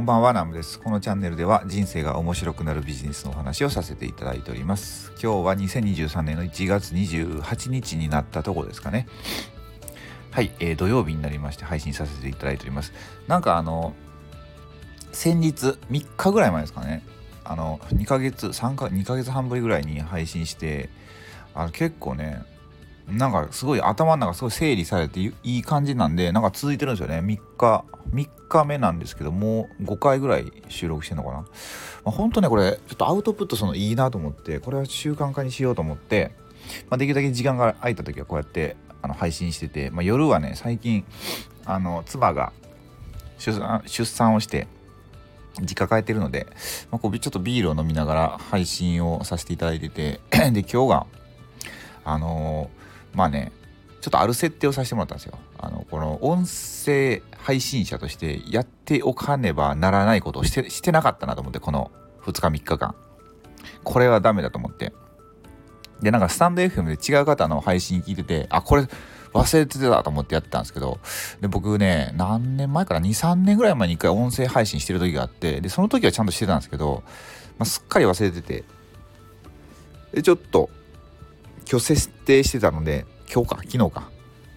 んばんは、ナムです。このチャンネルでは人生が面白くなるビジネスのお話をさせていただいております。今日は2023年の1月28日になったところですかね。はい、土曜日になりまして配信させていただいております。なんか先日3日ぐらい前ですかね、2ヶ月半ぶりぐらいに配信して、結構ね、なんかすごい頭の中すごい整理されていい感じなんで、なんか続いてるんですよね。3日目なんですけど、もう5回ぐらい収録してんのかな。本当ね、これちょっとアウトプットいいなと思って、これは習慣化にしようと思って、できるだけ時間が空いた時はこうやって配信してて、夜はね、最近妻が出産をして実家帰ってるので、こうちょっとビールを飲みながら配信をさせていただいててで、今日がちょっとある設定をさせてもらったんですよ。この音声配信者としてやっておかねばならないことをしてなかったなと思って、この2日3日間これはダメだと思って、でなんかスタンド FM で違う方の配信聞いてて、これ忘れてたと思ってやってたんですけど、で僕ね、何年前から 2,3 年ぐらい前に1回音声配信してる時があって、でその時はちゃんとしてたんですけど、すっかり忘れてて、でちょっと今日設定してたので、昨日か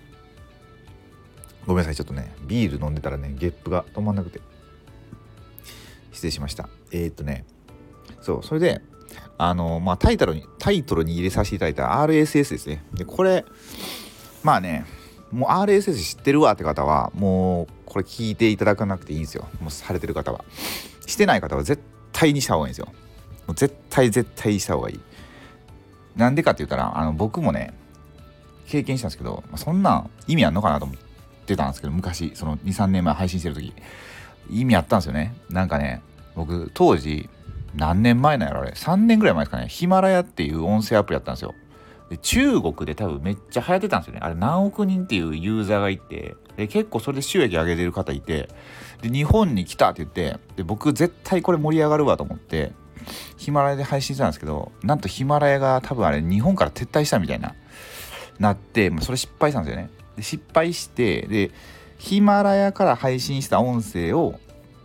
ごめんなさい、ちょっとねビール飲んでたらねゲップが止まんなくて失礼しました。それでタイトルに入れさせていただいた RSS ですね。でこれもう RSS 知ってるわって方はもうこれ聞いていただかなくていいんですよ。もうされてる方は。してない方は絶対にした方がいいんですよ。もう絶対した方がいい。なんでかって言ったら僕もね経験したんですけど、そんなん意味あんのかなと思ってたんですけど、昔その 2,3 年前配信してる時意味あったんですよね。なんかね、僕当時何年前なんやろ、あれ3年ぐらい前ですかね、ヒマラヤっていう音声アプリやったんですよ。で中国で多分めっちゃ流行ってたんですよね。あれ何億人っていうユーザーがいて、で結構それで収益上げてる方いて、で日本に来たって言って、で僕絶対これ盛り上がるわと思ってヒマラヤで配信してたんですけど、なんとヒマラヤが多分あれ日本から撤退したみたいなって、それ失敗したんですよね。で失敗して、でヒマラヤから配信した音声を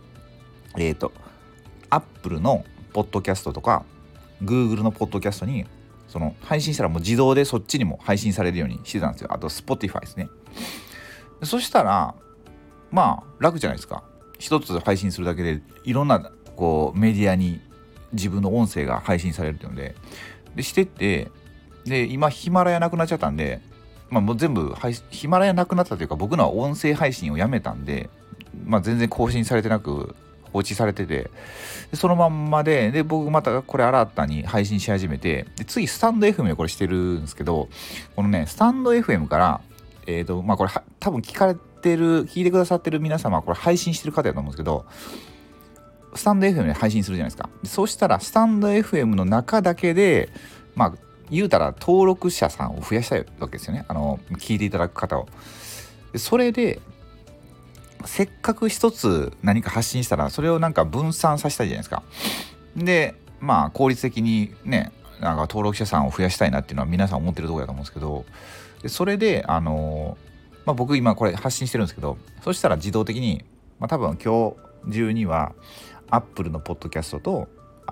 アップルのポッドキャストとか Google のポッドキャストにその配信したらもう自動でそっちにも配信されるようにしてたんですよ。あと Spotify ですね。そしたら楽じゃないですか。一つ配信するだけでいろんなこうメディアに自分の音声が配信されるっていうので、してってで今ヒマラヤなくなっちゃったんで、もう全部ヒマラヤなくなったというか、僕のは音声配信をやめたんで、全然更新されてなく放置されてて、でそのまんまで僕またこれ新たに配信し始めて、で次スタンド FM でこれしてるんですけど、このねスタンド FM からこれ多分聞いてくださってる皆様はこれ配信してる方だと思うんですけど、スタンド FM で配信するじゃないですか。そうしたらスタンド FM の中だけで言うたら登録者さんを増やしたいわけですよね。聞いていただく方を。それでせっかく一つ何か発信したらそれをなんか分散させたいじゃないですか。で効率的にね、なんか登録者さんを増やしたいなっていうのは皆さん思ってるところだと思うんですけど、でそれで僕今これ発信してるんですけど、そしたら自動的に多分今日中には Apple のポッドキャストと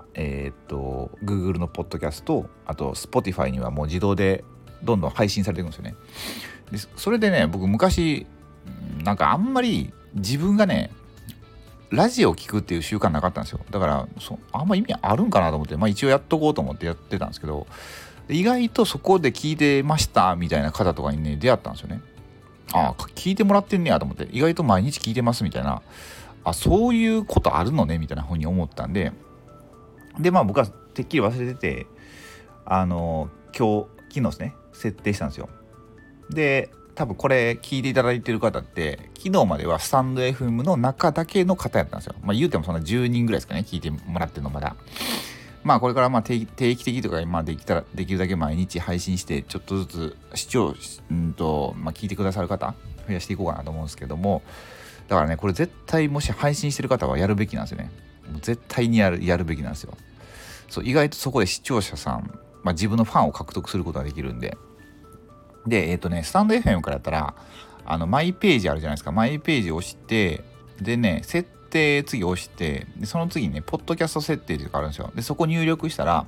Google のポッドキャスト、あと Spotify にはもう自動でどんどん配信されていくんですよね。でそれでね、僕昔なんかあんまり自分がねラジオを聞くっていう習慣なかったんですよ。だからあんま意味あるんかなと思って、一応やっとこうと思ってやってたんですけど、意外とそこで聞いてましたみたいな方とかにね出会ったんですよね。聞いてもらってんねやと思って、意外と毎日聞いてますみたいな、そういうことあるのねみたいな風に思ったんで、僕はてっきり忘れてて、昨日ですね設定したんですよ。で多分これ聞いていただいてる方って昨日まではスタンド FM の中だけの方やったんですよ。言うてもそんな10人ぐらいですかね、聞いてもらってるのまだ。これから定期的とかできるだけ毎日配信してちょっとずつ聞いてくださる方増やしていこうかなと思うんですけども、だからねこれ絶対もし配信してる方はやるべきなんですよね。もう絶対にやるべきなんですよ。意外とそこで視聴者さん、自分のファンを獲得することができるんで。でスタンド FM からやったらマイページあるじゃないですか。マイページを押して、でね設定次押して、でその次にねポッドキャスト設定っていうのがあるんですよ。でそこ入力したら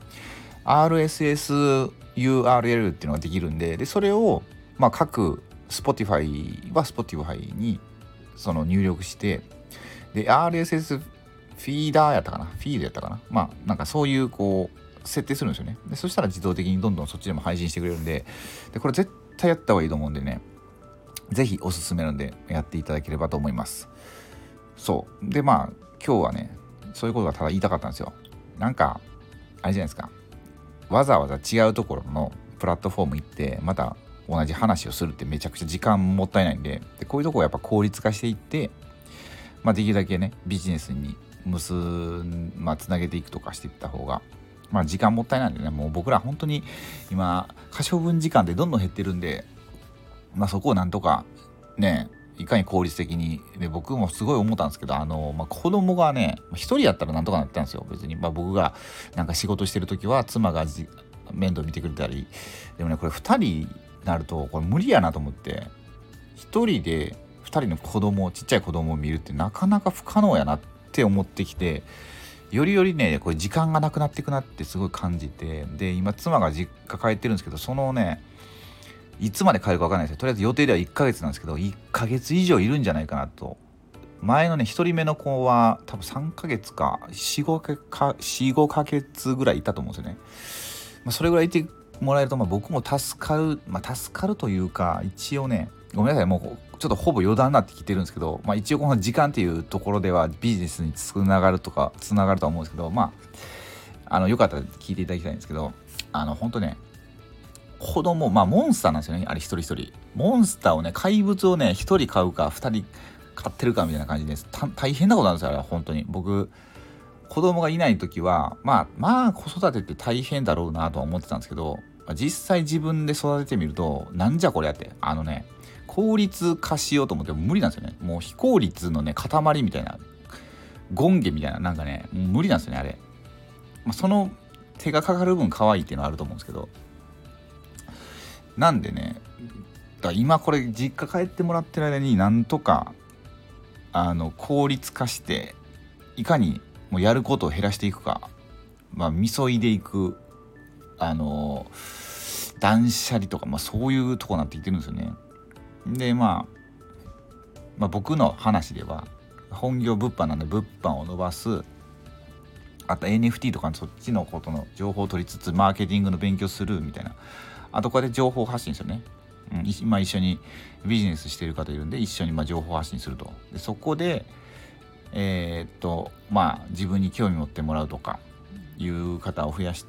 RSS URL っていうのができるんで、それをまあ各 Spotify は Spotify にその入力して、で RSS フィーダーやったかな、フィードやったかな、まあなんかそういうこう設定するんですよね。でそしたら自動的にどんどんそっちでも配信してくれるんで、これ絶対やった方がいいと思うんでね、ぜひおすすめなのでやっていただければと思います。そうで、まあ今日はねそういうことがただ言いたかったんですよ。なんかあれじゃないですか、わざわざ違うところのプラットフォーム行ってまた同じ話をするってめちゃくちゃ時間もったいないんで、こういうところをやっぱ効率化していって、まあ、できるだけねビジネスにつなげていくとかしていった方が、まあ時間もったいないんでね、もう僕ら本当に今可処分時間でどんどん減ってるんで、まあそこをなんとかねいかに効率的にで、僕もすごい思ったんですけど、子供がね一人やったらなんとかなってたんですよ別に。まあ僕がなんか仕事してる時は妻が面倒見てくれたり、でもねこれ2人になるとこれ無理やなと思って、1人で2人のちっちゃい子供を見るってなかなか不可能やなって思ってきて、よりねこれ時間がなくなっていくなってすごい感じて、で今妻が実家帰ってるんですけど、そのねいつまで帰るか分かんないですよ。とりあえず予定では1ヶ月なんですけど、1ヶ月以上いるんじゃないかなと。前のね1人目の子は多分3ヶ月か4、5ヶ月ぐらいいたと思うんですよね。まあ、それぐらいいてもらえると、まあ僕も助かるというか、一応ねごめんなさい、もうちょっとほぼ余談になってきてるんですけど、まあ一応この時間っていうところではビジネスにつながるとは思うんですけど、まあよかったら聞いていただきたいんですけど、本当ね子供、まあモンスターなんですよね、あれ一人一人。モンスターをね、怪物をね一人買うか二人買ってるかみたいな感じです。大変なことなんですよ、あれは本当に。僕子供がいない時はまあ子育てって大変だろうなとは思ってたんですけど、実際自分で育ててみるとなんじゃこれやって、効率化しようと思っても無理なんですよね。もう非効率のね塊みたいな、権化みたいな、なんかねもう無理なんですよねあれ。その手がかかる分可愛いっていうのはあると思うんですけど、なんでね、だから今これ実家帰ってもらってる間になんとか効率化して、いかにもうやることを減らしていくか、みそいでいく断捨離とか、そういうとこになってきてるんですよね。で僕の話では本業物販なんで物販を伸ばす、あと NFT とかそっちのことの情報を取りつつマーケティングの勉強するみたいな、あとこうやって情報発信ですよね。今一緒にビジネスしている方いるんで一緒に情報発信すると。でそこで自分に興味持ってもらうとかいう方を増やして、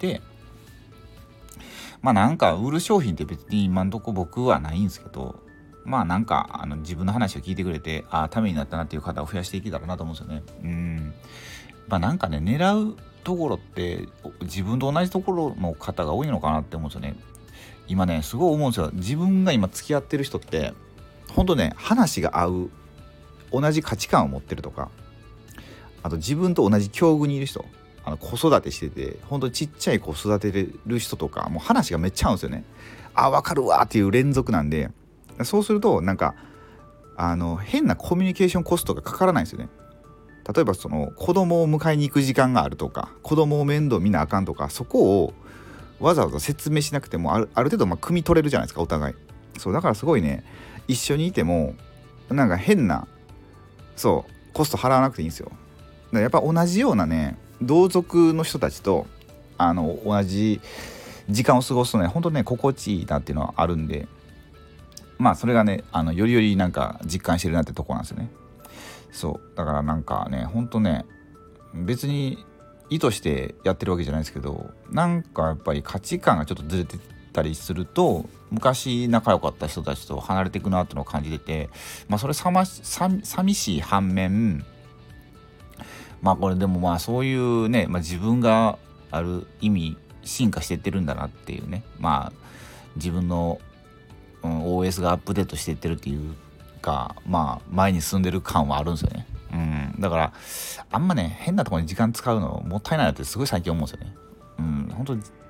なんか売る商品って別に今んとこ僕はないんですけど、なんか自分の話を聞いてくれてためになったなっていう方を増やしていけたらなと思うんですよね。なんかね狙うところって自分と同じところの方が多いのかなって思うんですよね。今ねすごい思うんですよ。自分が今付き合ってる人って本当ね話が合う、同じ価値観を持ってるとか、あと自分と同じ境遇にいる人、子育てしてて本当にちっちゃい子育ててる人とか、もう話がめっちゃ合うんですよね。分かるわっていう連続なんで、そうするとなんか変なコミュニケーションコストがかからないんですよね。例えばその子供を迎えに行く時間があるとか、子供を面倒見なあかんとか、そこをわざわざ説明しなくてもある程度汲み取れるじゃないですか、お互い。そうだからすごいね、一緒にいてもなんか変なコスト払わなくていいんですよ。だからやっぱ同じようなね同族の人たちと同じ時間を過ごすとね本当ね心地いいなっていうのはあるんで、それがねよりなんか実感してるなってとこなんですよね。そうだからなんかね本当ね別に意図してやってるわけじゃないですけど、なんかやっぱり価値観がちょっとずれてたりすると昔仲良かった人たちと離れていくなっていうのを感じてて、それ寂しい反面、これでもそういうね、自分がある意味進化していってるんだなっていうね、自分の、OS がアップデートしていってるっていうか、前に進んでる感はあるんですよね。だからあんまね変なところに時間使うのもったいないなってすごい最近思うんですよね。本当に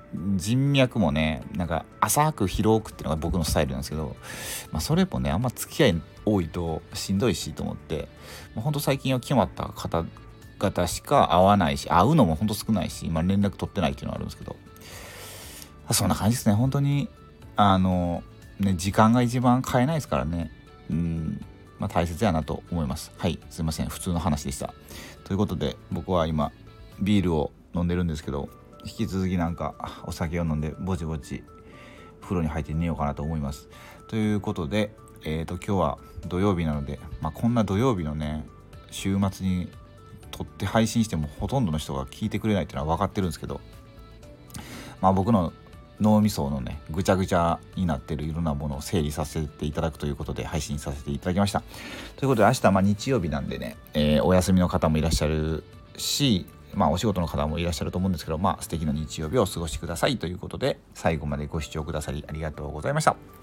人脈もねなんか浅く広くっていうのが僕のスタイルなんですけど、それもねあんま付き合い多いとしんどいしと思って、ほんと最近は決まった方々しか会わないし、会うのもほんと少ないし、連絡取ってないっていうのはあるんですけど、そんな感じですね。本当に時間が一番買えないですからね。大切やなと思います。はい、すいません、普通の話でした。ということで僕は今ビールを飲んでるんですけど、引き続きなんかお酒を飲んでぼちぼち風呂に入って寝ようかなと思います。ということで、今日は土曜日なので、こんな土曜日のね週末に撮って配信してもほとんどの人が聞いてくれないっていうのは分かってるんですけど、僕の脳みそのねぐちゃぐちゃになってるいろんなものを整理させていただくということで配信させていただきました。ということで明日日曜日なんでね、お休みの方もいらっしゃるし、お仕事の方もいらっしゃると思うんですけど、素敵な日曜日をお過ごしくださいということで、最後までご視聴くださりありがとうございました。